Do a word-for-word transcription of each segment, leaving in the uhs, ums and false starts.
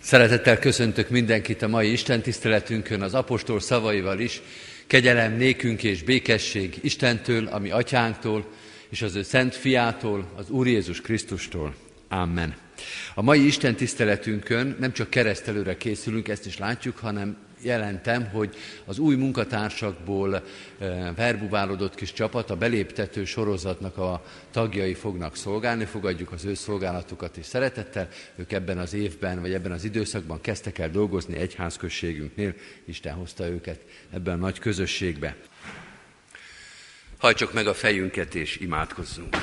Szeretettel köszöntök mindenkit a mai istentiszteletünkön, az apostol szavaival is. Kegyelem nékünk és békesség Istentől, a mi atyánktól, és az ő szent fiától, az Úr Jézus Krisztustól. Amen. A mai istentiszteletünkön nem csak keresztelőre készülünk, ezt is látjuk, hanem jelentem, hogy az új munkatársakból verbuválódott kis csapat, a beléptető sorozatnak a tagjai fognak szolgálni, fogadjuk az ő szolgálatukat és szeretettel. Ők ebben az évben, vagy ebben az időszakban kezdtek el dolgozni egyházközségünknél, Isten hozta őket ebben a nagy közösségbe. Hajtsuk meg a fejünket és imádkozzunk.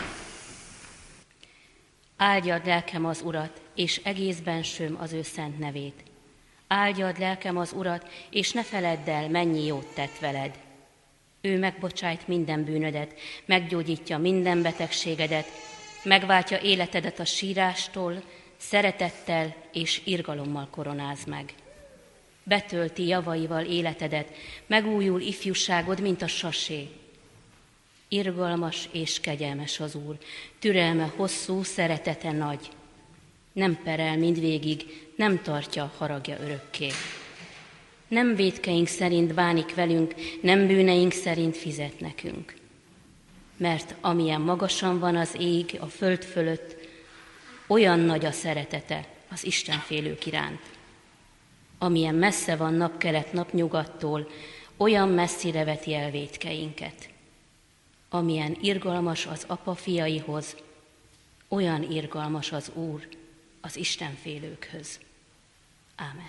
Áldjad lelkem az Urat, és egész bensőm az ő szent nevét. Áldjad lelkem az Urat, és ne feledd el, mennyi jót tett veled. Ő megbocsájt minden bűnödet, meggyógyítja minden betegségedet, megváltja életedet a sírástól, szeretettel és irgalommal koronáz meg. Betölti javaival életedet, megújul ifjúságod, mint a sasé. Irgalmas és kegyelmes az Úr, türelme hosszú, szeretete nagy. Nem perel mindvégig, nem tartja haragja örökké. Nem vétkeink szerint bánik velünk, nem bűneink szerint fizet nekünk. Mert amilyen magasan van az ég a föld fölött, olyan nagy a szeretete az istenfélők iránt. Amilyen messze van napkelet napnyugattól, olyan messzire veti el vétkeinket. Amilyen irgalmas az apa fiaihoz, olyan irgalmas az Úr az istenfélőkhöz. Ámen.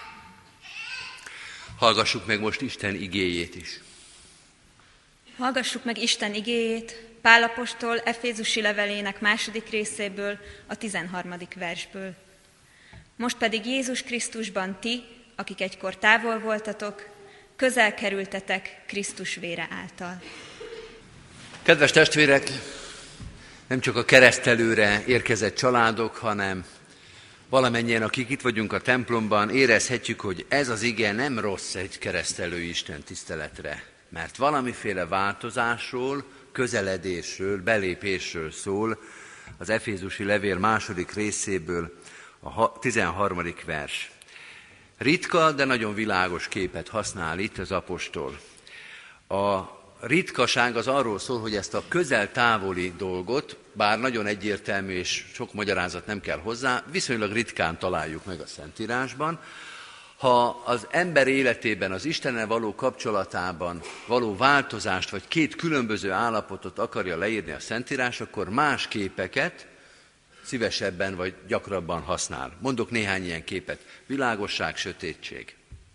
Hallgassuk meg most Isten igéjét is. Hallgassuk meg Isten igéjét Pál apostol Efézusi levelének második részéből, a tizenharmadik versből. Most pedig Jézus Krisztusban ti, akik egykor távol voltatok, közel kerültetek Krisztus vére által. Kedves testvérek, nem csak a keresztelőre érkezett családok, hanem valamennyien, akik itt vagyunk a templomban, érezhetjük, hogy ez az ige nem rossz egy keresztelői Isten tiszteletre, mert valamiféle változásról, közeledésről, belépésről szól az Efézusi levél második részéből a tizenharmadik vers. Ritka, de nagyon világos képet használ itt az apostol. A ritkaság az arról szól, hogy ezt a közel-távoli dolgot, bár nagyon egyértelmű és sok magyarázat nem kell hozzá, viszonylag ritkán találjuk meg a Szentírásban. Ha az ember életében, az Istennel való kapcsolatában való változást, vagy két különböző állapotot akarja leírni a Szentírás, akkor más képeket szívesebben vagy gyakrabban használ. Mondok néhány ilyen képet. Világosság, sötétség.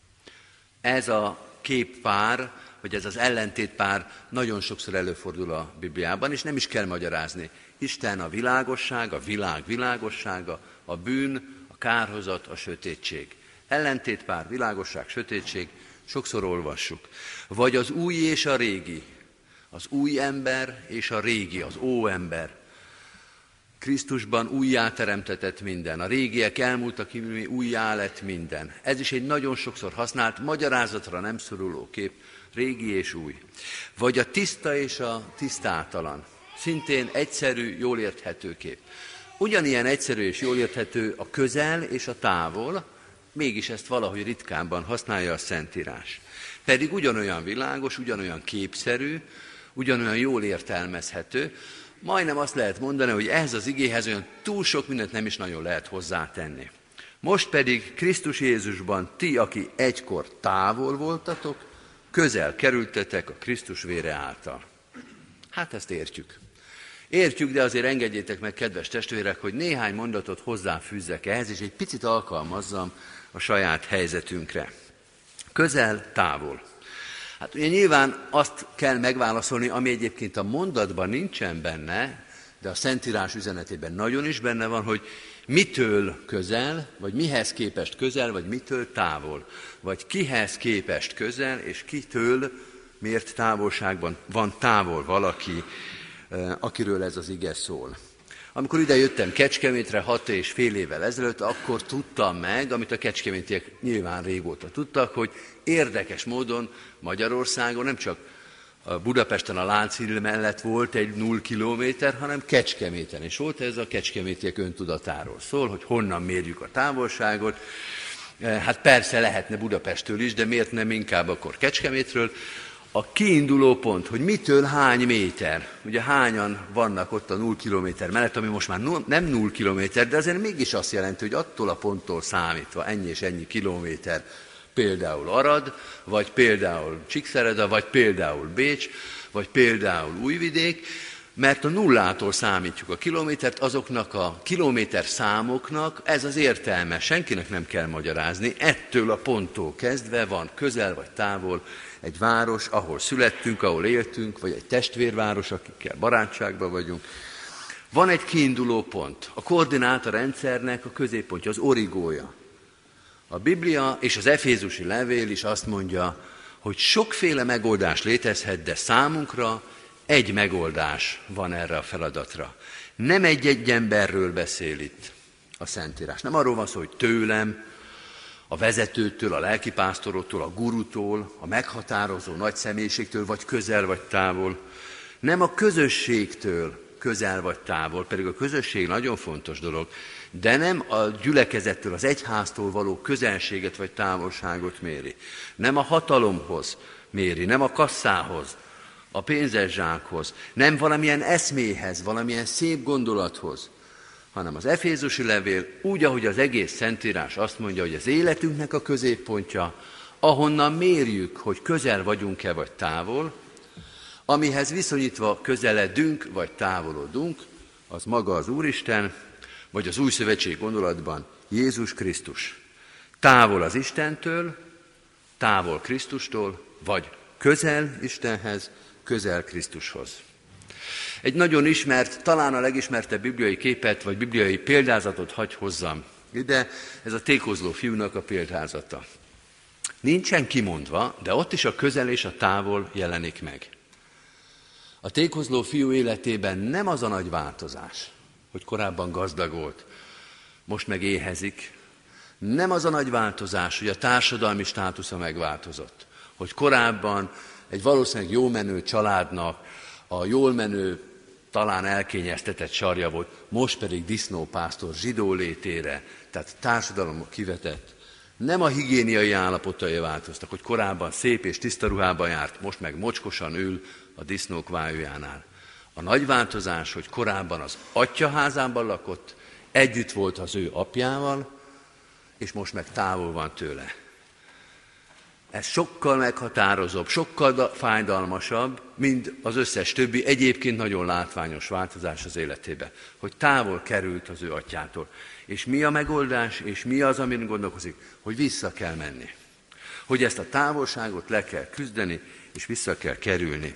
Ez a képpár, hogy ez az ellentétpár nagyon sokszor előfordul a Bibliában, és nem is kell magyarázni. Isten a világosság, a világ világossága, a bűn, a kárhozat, a sötétség. Ellentétpár, világosság, sötétség, sokszor olvassuk. Vagy az új és a régi, az új ember és a régi, az óember. Krisztusban újjáteremtetett minden, a régiek elmúltak, újjá lett minden. Ez is egy nagyon sokszor használt, magyarázatra nem szoruló kép, régi és új. Vagy a tiszta és a tisztátalan. Szintén egyszerű, jól érthető kép. Ugyanilyen egyszerű és jól érthető a közel és a távol, mégis ezt valahogy ritkábban használja a Szentírás. Pedig ugyanolyan világos, ugyanolyan képszerű, ugyanolyan jól értelmezhető. Majdnem azt lehet mondani, hogy ehhez az igéhez olyan túl sok mindent nem is nagyon lehet hozzátenni. Most pedig Krisztus Jézusban ti, aki egykor távol voltatok, közel kerültetek a Krisztus vére által. Hát ezt értjük. Értjük, de azért engedjétek meg, kedves testvérek, hogy néhány mondatot hozzáfűzzek ehhez, és egy picit alkalmazzam a saját helyzetünkre. Közel, távol. Hát ugye nyilván azt kell megválaszolni, ami egyébként a mondatban nincsen benne, de a Szentírás üzenetében nagyon is benne van, hogy mitől közel, vagy mihez képest közel, vagy mitől távol. Vagy kihez képest közel, és kitől miért távolságban van távol valaki, akiről ez az ige szól. Amikor ide jöttem Kecskemétre hat és fél évvel ezelőtt, akkor tudtam meg, amit a kecskemétiek nyilván régóta tudtak, hogy érdekes módon Magyarországon nem csak a Budapesten a Lánchíd mellett volt egy null kilométer, hanem Kecskeméten. És volt ez a kecskemétiek öntudatáról szól, hogy honnan mérjük a távolságot. Hát persze lehetne Budapesttől is, de miért nem inkább akkor Kecskemétről. A kiinduló pont, hogy mitől hány méter, ugye hányan vannak ott a null kilométer mellett, ami most már null, nem null kilométer, de azért mégis azt jelenti, hogy attól a ponttól számítva ennyi és ennyi kilométer, például Arad, vagy például Csíkszereda, vagy például Bécs, vagy például Újvidék, mert a nullától számítjuk a kilométert, azoknak a kilométer számoknak ez az értelme, senkinek nem kell magyarázni, ettől a ponttól kezdve van közel vagy távol egy város, ahol születtünk, ahol éltünk, vagy egy testvérváros, akikkel barátságban vagyunk. Van egy kiinduló pont, a koordináta rendszernek a középpontja, az origója. A Biblia és az efézusi levél is azt mondja, hogy sokféle megoldás létezhet, de számunkra egy megoldás van erre a feladatra. Nem egy-egy emberről beszél itt a Szentírás. Nem arról van szó, hogy tőlem, a vezetőtől, a lelkipásztorottól, a gurutól, a meghatározó nagy személyiségtől, vagy közel, vagy távol. Nem a közösségtől közel, vagy távol, pedig a közösség nagyon fontos dolog, de nem a gyülekezettől, az egyháztól való közelséget vagy távolságot méri. Nem a hatalomhoz méri, nem a kasszához, a pénzes zsákhoz, nem valamilyen eszméhez, valamilyen szép gondolathoz, hanem az efézusi levél úgy, ahogy az egész Szentírás azt mondja, hogy az életünknek a középpontja, ahonnan mérjük, hogy közel vagyunk-e vagy távol, amihez viszonyítva közeledünk vagy távolodunk, az maga az Úristen, vagy az új szövetség gondolatban Jézus Krisztus. Távol az Istentől, távol Krisztustól, vagy közel Istenhez, közel Krisztushoz. Egy nagyon ismert, talán a legismertebb bibliai képet, vagy bibliai példázatot hagy hozzam ide, ez a tékozló fiúnak a példázata. Nincsen kimondva, de ott is a közel és a távol jelenik meg. A tékozló fiú életében nem az a nagy változás, hogy korábban gazdag volt, most meg éhezik. Nem az a nagy változás, hogy a társadalmi státusza megváltozott, hogy korábban egy valószínűleg jól menő családnak a jól menő, talán elkényeztetett sarja volt, most pedig disznópásztor zsidó létére, tehát társadalom kivetett. Nem a higiéniai állapotai változtak, hogy korábban szép és tiszta ruhában járt, most meg mocskosan ül a disznók vájújánál. A nagy változás, hogy korábban az atyaházában lakott, együtt volt az ő apjával, és most meg távol van tőle. Ez sokkal meghatározóbb, sokkal fájdalmasabb, mint az összes többi egyébként nagyon látványos változás az életébe, hogy távol került az ő atyától. És mi a megoldás, és mi az, amin gondolkozik, hogy vissza kell menni. Hogy ezt a távolságot le kell küzdeni, és vissza kell kerülni.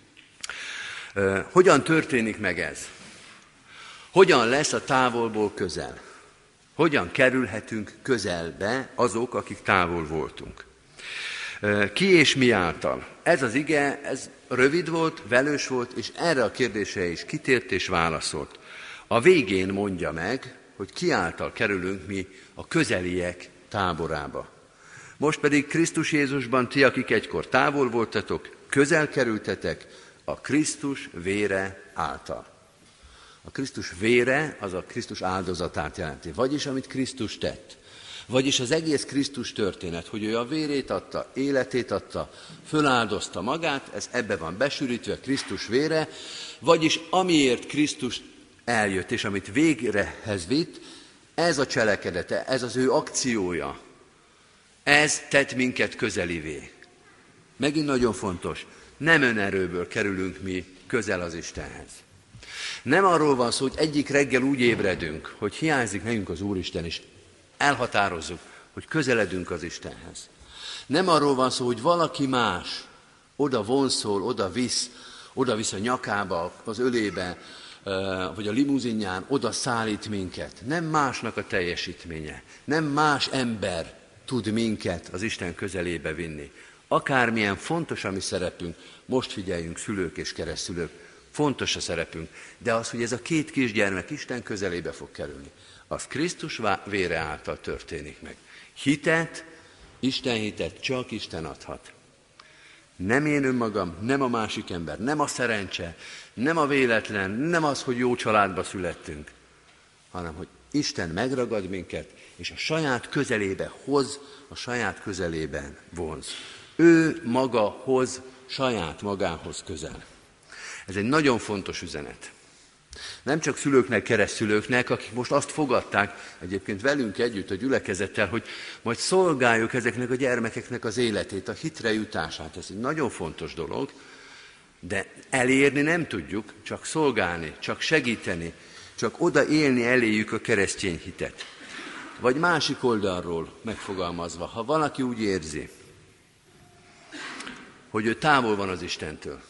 Hogyan történik meg ez? Hogyan lesz a távolból közel? Hogyan kerülhetünk közelbe azok, akik távol voltunk? Ki és mi által? Ez az ige, ez rövid volt, velős volt, és erre a kérdésre is kitért és válaszolt. A végén mondja meg, hogy ki által kerülünk mi a közeliek táborába. Most pedig Krisztus Jézusban ti, akik egykor távol voltatok, közel kerültetek a Krisztus vére által. A Krisztus vére az a Krisztus áldozatát jelenti, vagyis amit Krisztus tett. Vagyis az egész Krisztus történet, hogy ő a vérét adta, életét adta, föláldozta magát, ez ebbe van besűrítve, Krisztus vére, vagyis amiért Krisztus eljött, és amit végrehez vitt, ez a cselekedete, ez az ő akciója, ez tett minket közelivé. Megint nagyon fontos, nem önerőből kerülünk mi közel az Istenhez. Nem arról van szó, hogy egyik reggel úgy ébredünk, hogy hiányzik nekünk az Úristen, és elhatározzuk, hogy közeledünk az Istenhez. Nem arról van szó, hogy valaki más oda vonszol, oda visz, oda visz a nyakába, az ölébe, vagy a limuzinján, oda szállít minket. Nem másnak a teljesítménye. Nem más ember tud minket az Isten közelébe vinni. Akármilyen fontos a mi szerepünk, most figyeljünk, szülők és keresztszülők, fontos a szerepünk, de az, hogy ez a két kisgyermek Isten közelébe fog kerülni, az Krisztus vére által történik meg. Hitet, Isten hitet csak Isten adhat. Nem én önmagam, nem a másik ember, nem a szerencse, nem a véletlen, nem az, hogy jó családba születtünk, hanem hogy Isten megragad minket, és a saját közelébe hoz, a saját közelében vonz. Ő maga hoz saját magához közel. Ez egy nagyon fontos üzenet. Nem csak szülőknek, keresztszülőknek, akik most azt fogadták egyébként velünk együtt a gyülekezettel, hogy majd szolgáljuk ezeknek a gyermekeknek az életét, a hitre jutását. Ez egy nagyon fontos dolog, de elérni nem tudjuk, csak szolgálni, csak segíteni, csak oda élni eléjük a keresztény hitet. Vagy másik oldalról megfogalmazva, ha valaki úgy érzi, hogy ő távol van az Istentől,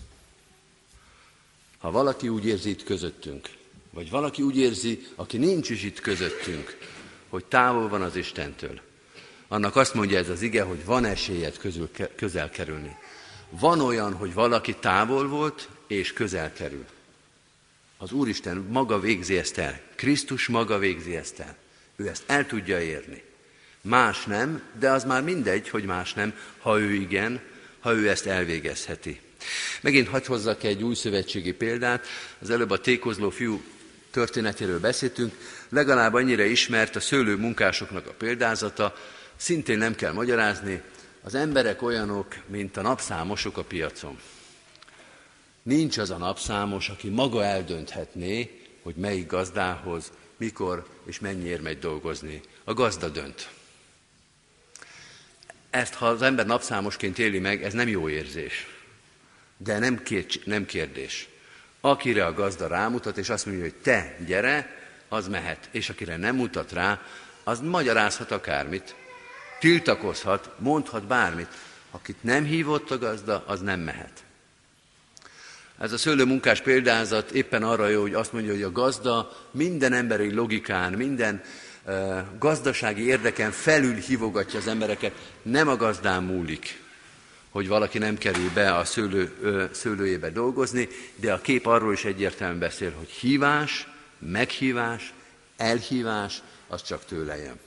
ha valaki úgy érzi itt közöttünk, vagy valaki úgy érzi, aki nincs is itt közöttünk, hogy távol van az Istentől, annak azt mondja ez az ige, hogy van esélyed közül, közel kerülni. Van olyan, hogy valaki távol volt, és közel kerül. Az Úristen maga végzi ezt el. Krisztus maga végzi ezt el. Ő ezt el tudja érni. Más nem, de az már mindegy, hogy más nem, ha ő igen, ha ő ezt elvégezheti. Megint hadd hozzak egy új szövetségi példát. Az előbb a tékozló fiú történetéről beszéltünk. Legalább annyira ismert a szőlő munkásoknak a példázata. Szintén nem kell magyarázni. Az emberek olyanok, mint a napszámosok a piacon. Nincs az a napszámos, aki maga eldönthetné, hogy melyik gazdához, mikor és mennyiért megy dolgozni. A gazda dönt. Ezt, ha az ember napszámosként éli meg, ez nem jó érzés. De nem, kér, nem kérdés. Akire a gazda rámutat, és azt mondja, hogy te gyere, az mehet. És akire nem mutat rá, az magyarázhat akármit. Tiltakozhat, mondhat bármit. Akit nem hívott a gazda, az nem mehet. Ez a szőlőmunkás példázat éppen arra jó, hogy azt mondja, hogy a gazda minden emberi logikán, minden uh, gazdasági érdeken felül hívogatja az embereket. Nem a gazdán múlik, hogy valaki nem kerül be a szőlő, ö, szőlőjébe dolgozni, de a kép arról is egyértelműen beszél, hogy hívás, meghívás, elhívás, az csak tőle jön.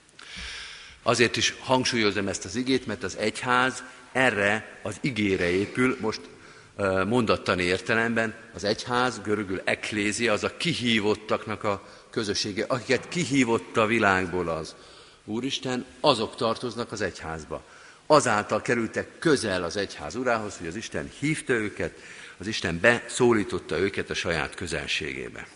Azért is hangsúlyozom ezt az igét, mert az egyház erre az igére épül, most mondattani értelemben az egyház, görögül ekklézia, az a kihívottaknak a közössége, akiket kihívott a világból az Úristen, azok tartoznak az egyházba. Azáltal kerültek közel az egyház urához, hogy az Isten hívta őket, az Isten beszólította őket a saját közelségébe.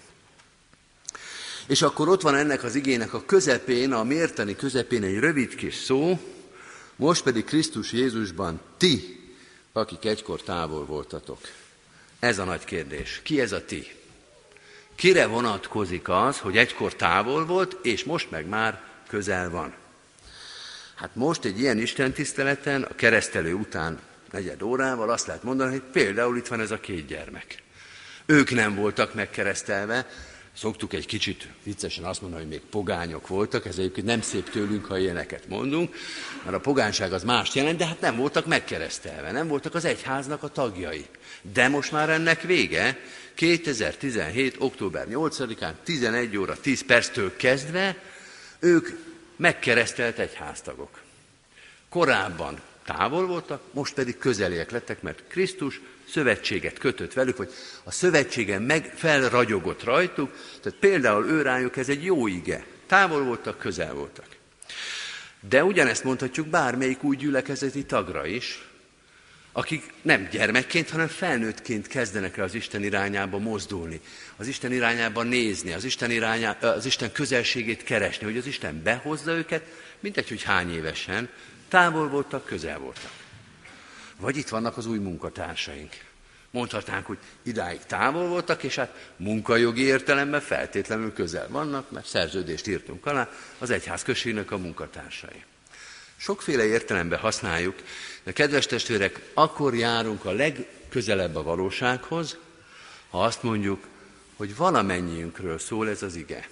És akkor ott van ennek az igének a közepén, a mértani közepén egy rövid kis szó, most pedig Krisztus Jézusban ti, akik egykor távol voltatok. Ez a nagy kérdés. Ki ez a ti? Kire vonatkozik az, hogy egykor távol volt, és most meg már közel van? Hát most egy ilyen istentiszteleten, a keresztelő után negyed órával azt lehet mondani, hogy például itt van ez a két gyermek. Ők nem voltak megkeresztelve, szoktuk egy kicsit viccesen azt mondani, hogy még pogányok voltak, ez egyébként nem szép tőlünk, ha ilyeneket mondunk, mert a pogányság az mást jelent, de hát nem voltak megkeresztelve, nem voltak az egyháznak a tagjai. De most már ennek vége, kétezer-tizenhét. október nyolcadikán, tizenegy óra tíz perctől kezdve ők megkeresztelt egyháztagok. Korábban távol voltak, most pedig közeliek lettek, mert Krisztus szövetséget kötött velük, vagy a szövetségen meg felragyogott rajtuk, tehát például ő rájuk ez egy jó ige. Távol voltak, közel voltak. De ugyanezt mondhatjuk bármelyik új gyülekezeti tagra is, akik nem gyermekként, hanem felnőttként kezdenek el az Isten irányába mozdulni, az Isten irányába nézni, az Isten, irányá, az Isten közelségét keresni, hogy az Isten behozza őket, mindegy, hogy hány évesen, távol voltak, közel voltak. Vagy itt vannak az új munkatársaink. Mondhatnánk, hogy idáig távol voltak, és hát munkajogi értelemben feltétlenül közel vannak, mert szerződést írtunk alá, az egyházközségnek a munkatársai. Sokféle értelemben használjuk, de kedves testvérek, akkor járunk a legközelebb a valósághoz, ha azt mondjuk, hogy valamennyiünkről szól ez az ige.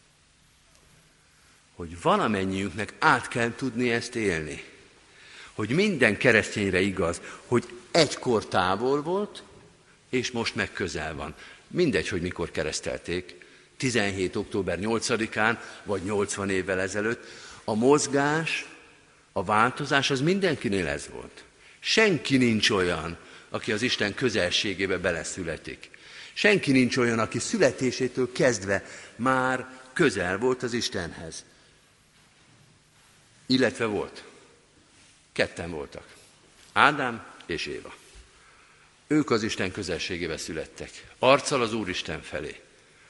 Hogy valamennyiünknek át kell tudni ezt élni. Hogy minden keresztényre igaz, hogy egykor távol volt, és most meg közel van. Mindegy, hogy mikor keresztelték, tizenhét. október nyolcadikán, vagy nyolcvan évvel ezelőtt, a mozgás, a változás az mindenkinél ez volt. Senki nincs olyan, aki az Isten közelségébe beleszületik. Senki nincs olyan, aki születésétől kezdve már közel volt az Istenhez. Illetve volt. Ketten voltak. Ádám és Éva. Ők az Isten közelségébe születtek. Arccal az Úristen felé.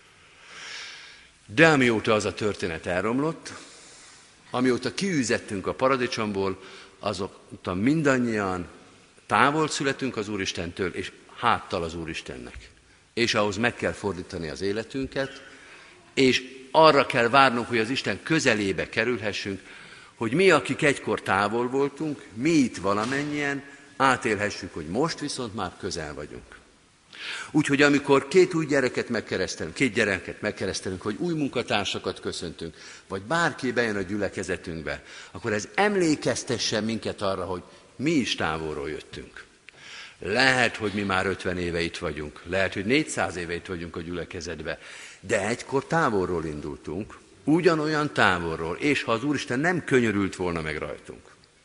De amióta az a történet elromlott, amióta kiűzettünk a paradicsomból, azóta mindannyian távol születünk az Úristentől, és háttal az Úristennek. És ahhoz meg kell fordítani az életünket, és arra kell várnunk, hogy az Isten közelébe kerülhessünk, hogy mi, akik egykor távol voltunk, mi itt valamennyien átélhessük, hogy most viszont már közel vagyunk. Úgyhogy amikor két új gyereket megkeresztelünk, két gyereket megkeresztelünk, hogy új munkatársakat köszöntünk, vagy bárki bejön a gyülekezetünkbe, akkor ez emlékeztessen minket arra, hogy mi is távolról jöttünk. Lehet, hogy mi már ötven éve itt vagyunk, lehet, hogy négyszáz éve itt vagyunk a gyülekezetbe, de egykor távolról indultunk, ugyanolyan távolról, és ha az Úristen nem könyörült volna meg rajtunk,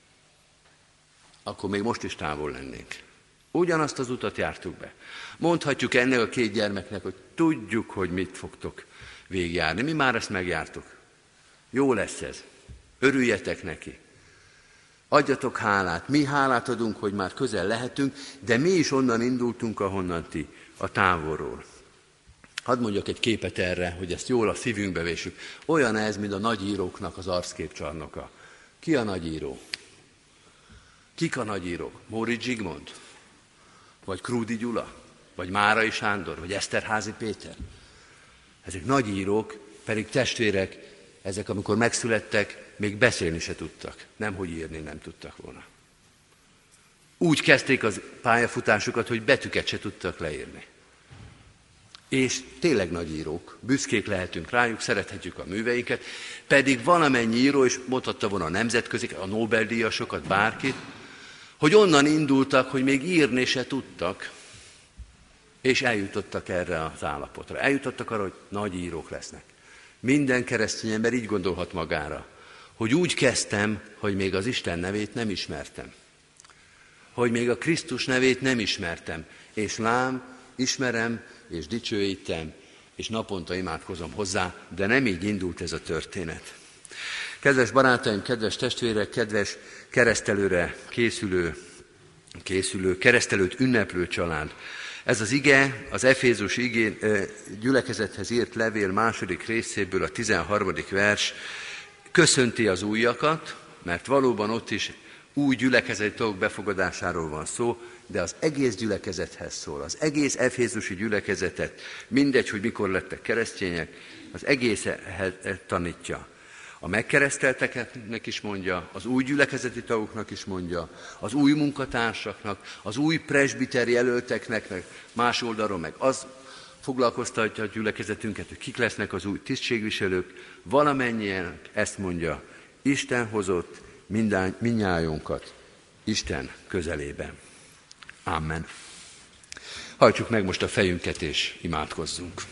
akkor még most is távol lennénk. Ugyanazt az utat jártuk be. Mondhatjuk ennek a két gyermeknek, hogy tudjuk, hogy mit fogtok végigjárni. Mi már ezt megjártuk. Jó lesz ez. Örüljetek neki. Adjatok hálát. Mi hálát adunk, hogy már közel lehetünk, de mi is onnan indultunk, ahonnan ti, a távolról. Hadd mondjak egy képet erre, hogy ezt jól a szívünkbe vésük. Olyan ez, mint a nagyíróknak az arcképcsarnoka. Ki a nagyíró? Kik a nagyírók? Móricz Zsigmond? Vagy Krúdy Gyula? Vagy Márai Sándor? Vagy Eszterházy Péter? Ezek nagyírók, pedig testvérek, ezek amikor megszülettek, még beszélni se tudtak. Nemhogy írni nem tudtak volna. Úgy kezdték az pályafutásukat, hogy betűket se tudtak leírni. És tényleg nagyírók, büszkék lehetünk rájuk, szerethetjük a műveiket, pedig valamennyi író, és mondhatta volna a nemzetközi, a Nobel-díjasokat, bárkit, hogy onnan indultak, hogy még írni se tudtak, és eljutottak erre az állapotra. Eljutottak arra, hogy nagy írók lesznek. Minden keresztény ember így gondolhat magára, hogy úgy kezdtem, hogy még az Isten nevét nem ismertem. Hogy még a Krisztus nevét nem ismertem, és lám, ismerem, és dicsőítem, és naponta imádkozom hozzá, de nem így indult ez a történet. Kedves barátaim, kedves testvérek, kedves keresztelőre készülő, készülő, keresztelőt ünneplő család. Ez az ige, az Efézus igé, gyülekezethez írt levél második részéből a tizenharmadik vers köszönti az újakat, mert valóban ott is új gyülekezeti tagok befogadásáról van szó, de az egész gyülekezethez szól. Az egész efézusi gyülekezetet, mindegy, hogy mikor lettek keresztények, az egészet tanítja. A megkeresztelteknek is mondja, az új gyülekezeti tagoknak is mondja, az új munkatársaknak, az új presbiter jelölteknek, meg más oldalról meg az foglalkoztatja a gyülekezetünket, hogy kik lesznek az új tisztségviselők, valamennyien ezt mondja, Isten hozott minden, mindnyájunkat Isten közelében. Amen. Hajtsuk meg most a fejünket és imádkozzunk.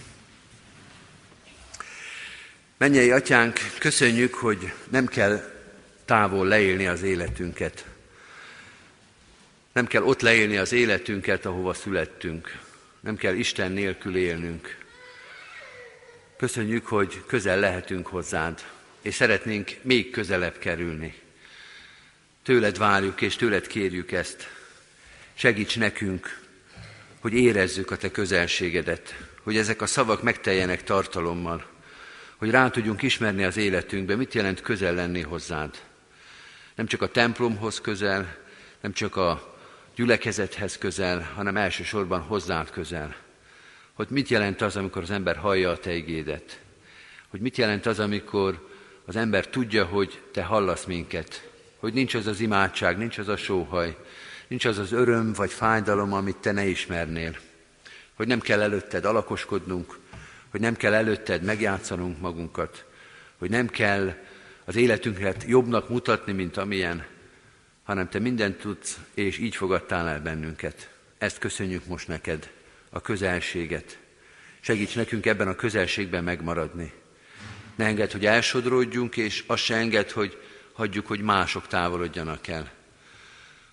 Mennyei Atyánk, köszönjük, hogy nem kell távol leélni az életünket. Nem kell ott leélni az életünket, ahova születtünk. Nem kell Isten nélkül élnünk. Köszönjük, hogy közel lehetünk hozzád, és szeretnénk még közelebb kerülni. Tőled várjuk, és tőled kérjük ezt. Segíts nekünk, hogy érezzük a te közelségedet, hogy ezek a szavak megteljenek tartalommal, hogy rá tudjunk ismerni az életünkbe, mit jelent közel lenni hozzád. Nem csak a templomhoz közel, nem csak a gyülekezethez közel, hanem elsősorban hozzád közel. Hogy mit jelent az, amikor az ember hallja a te igédet. Hogy mit jelent az, amikor az ember tudja, hogy te hallasz minket. Hogy nincs az az imádság, nincs az a sóhaj, nincs az az öröm vagy fájdalom, amit te ne ismernél. Hogy nem kell előtted alakoskodnunk, hogy nem kell előtted megjátszanunk magunkat, hogy nem kell az életünket jobbnak mutatni, mint amilyen, hanem te mindent tudsz, és így fogadtál el bennünket. Ezt köszönjük most neked, a közelséget. Segíts nekünk ebben a közelségben megmaradni. Ne engedd, hogy elsodródjunk, és azt se engedd, hogy hagyjuk, hogy mások távolodjanak el.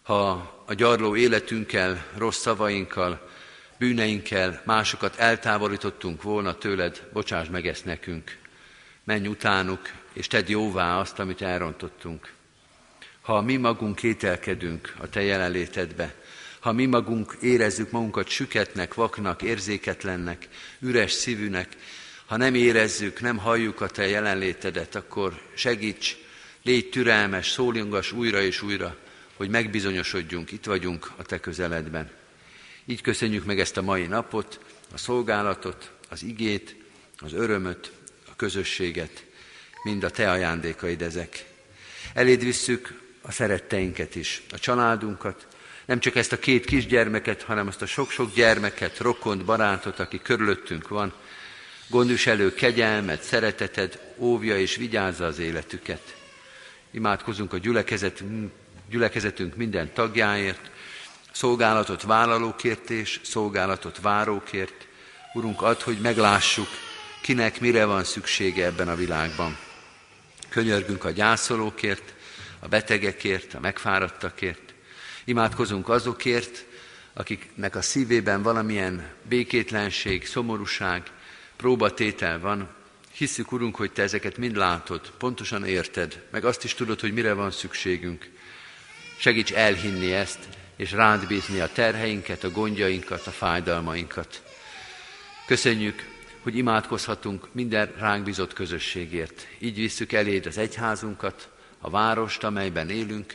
ha a gyarló életünkkel, rossz szavainkkal, bűneinkkel másokat eltávolítottunk volna tőled, bocsáss meg ezt nekünk. Menj utánuk, és tedd jóvá azt, amit elrontottunk. Ha mi magunk kételkedünk a te jelenlétedbe, ha mi magunk érezzük magunkat süketnek, vaknak, érzéketlennek, üres szívűnek, ha nem érezzük, nem halljuk a te jelenlétedet, akkor segíts, légy türelmes, szólingass újra és újra, hogy megbizonyosodjunk, itt vagyunk a te közeledben. Így köszönjük meg ezt a mai napot, a szolgálatot, az igét, az örömöt, a közösséget, mind a te ajándékaid ezek. Eléd visszük a szeretteinket is, a családunkat, nem csak ezt a két kisgyermeket, hanem azt a sok-sok gyermeket, rokont, barátot, aki körülöttünk van. Gondviselő kegyelmed, szereteted óvja és vigyázza az életüket. Imádkozunk a gyülekezetünk, gyülekezetünk minden tagjáért, szolgálatot vállalókért és szolgálatot várókért. Urunk, add, hogy meglássuk, kinek mire van szüksége ebben a világban. Könyörgünk a gyászolókért, a betegekért, a megfáradtakért. Imádkozunk azokért, akiknek a szívében valamilyen békétlenség, szomorúság, próbatétel van. Hisszük, Urunk, hogy te ezeket mind látod, pontosan érted, meg azt is tudod, hogy mire van szükségünk. Segíts elhinni ezt, és rád bízni a terheinket, a gondjainkat, a fájdalmainkat. Köszönjük, hogy imádkozhatunk minden ránk bízott közösségért. Így visszük eléd az egyházunkat, a várost, amelyben élünk,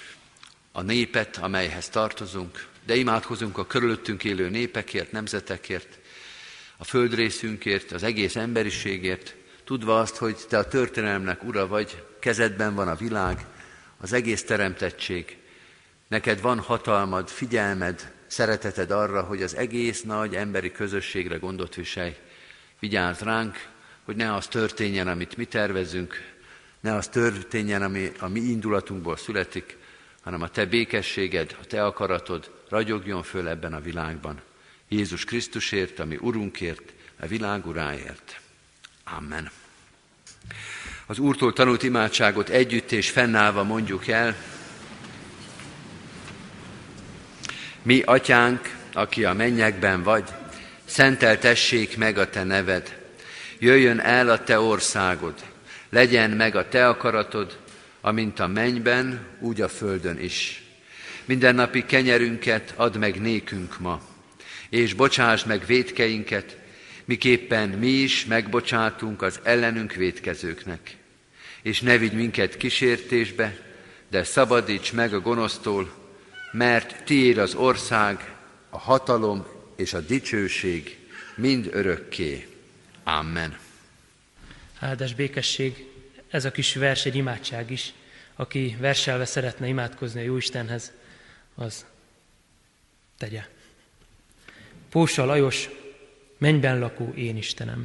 a népet, amelyhez tartozunk, de imádkozunk a körülöttünk élő népekért, nemzetekért, a földrészünkért, az egész emberiségért, tudva azt, hogy te a történelemnek ura vagy, kezedben van a világ, az egész teremtettség. Neked van hatalmad, figyelmed, szereteted arra, hogy az egész nagy emberi közösségre gondot viselj. Vigyázz ránk, hogy ne az történjen, amit mi tervezünk, ne az történjen, ami a mi indulatunkból születik, hanem a te békességed, a te akaratod ragyogjon föl ebben a világban. Jézus Krisztusért, ami Urunkért, a világ uráért. Amen. Az Úrtól tanult imádságot együtt és fennállva mondjuk el. Mi, Atyánk, aki a mennyekben vagy, szenteltessék meg a te neved. Jöjjön el a te országod, legyen meg a te akaratod, amint a mennyben, úgy a földön is. Mindennapi kenyerünket add meg nékünk ma, és bocsásd meg vétkeinket, miképpen mi is megbocsátunk az ellenünk vétkezőknek. És ne vigy minket kísértésbe, de szabadíts meg a gonosztól, mert tiéd az ország, a hatalom és a dicsőség mind örökké. Amen. Áldás békesség, ez a kis vers egy imádság is. Aki verselve szeretne imádkozni a Jóistenhez, az tegye. Pósa Lajos, mennyben lakó én Istenem.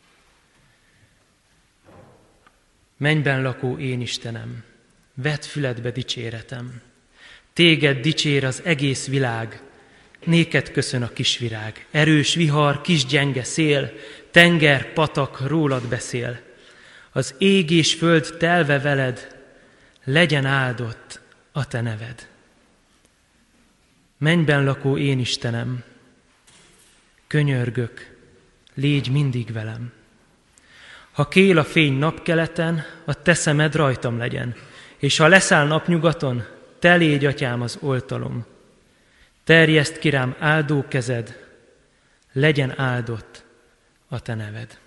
Mennyben lakó én Istenem, vedd füledbe dicséretem. Téged dicsér az egész világ, néked köszön a kisvirág. Erős vihar, kis gyenge szél, tenger, patak rólad beszél. Az ég és föld telve veled, legyen áldott a te neved. Mennyben lakó én Istenem, könyörgök, légy mindig velem. Ha kél a fény napkeleten, a te szemed rajtam legyen, és ha leszáll napnyugaton, te légy, Atyám, az oltalom. Terjeszt ki rám áldó kezed, legyen áldott a te neved.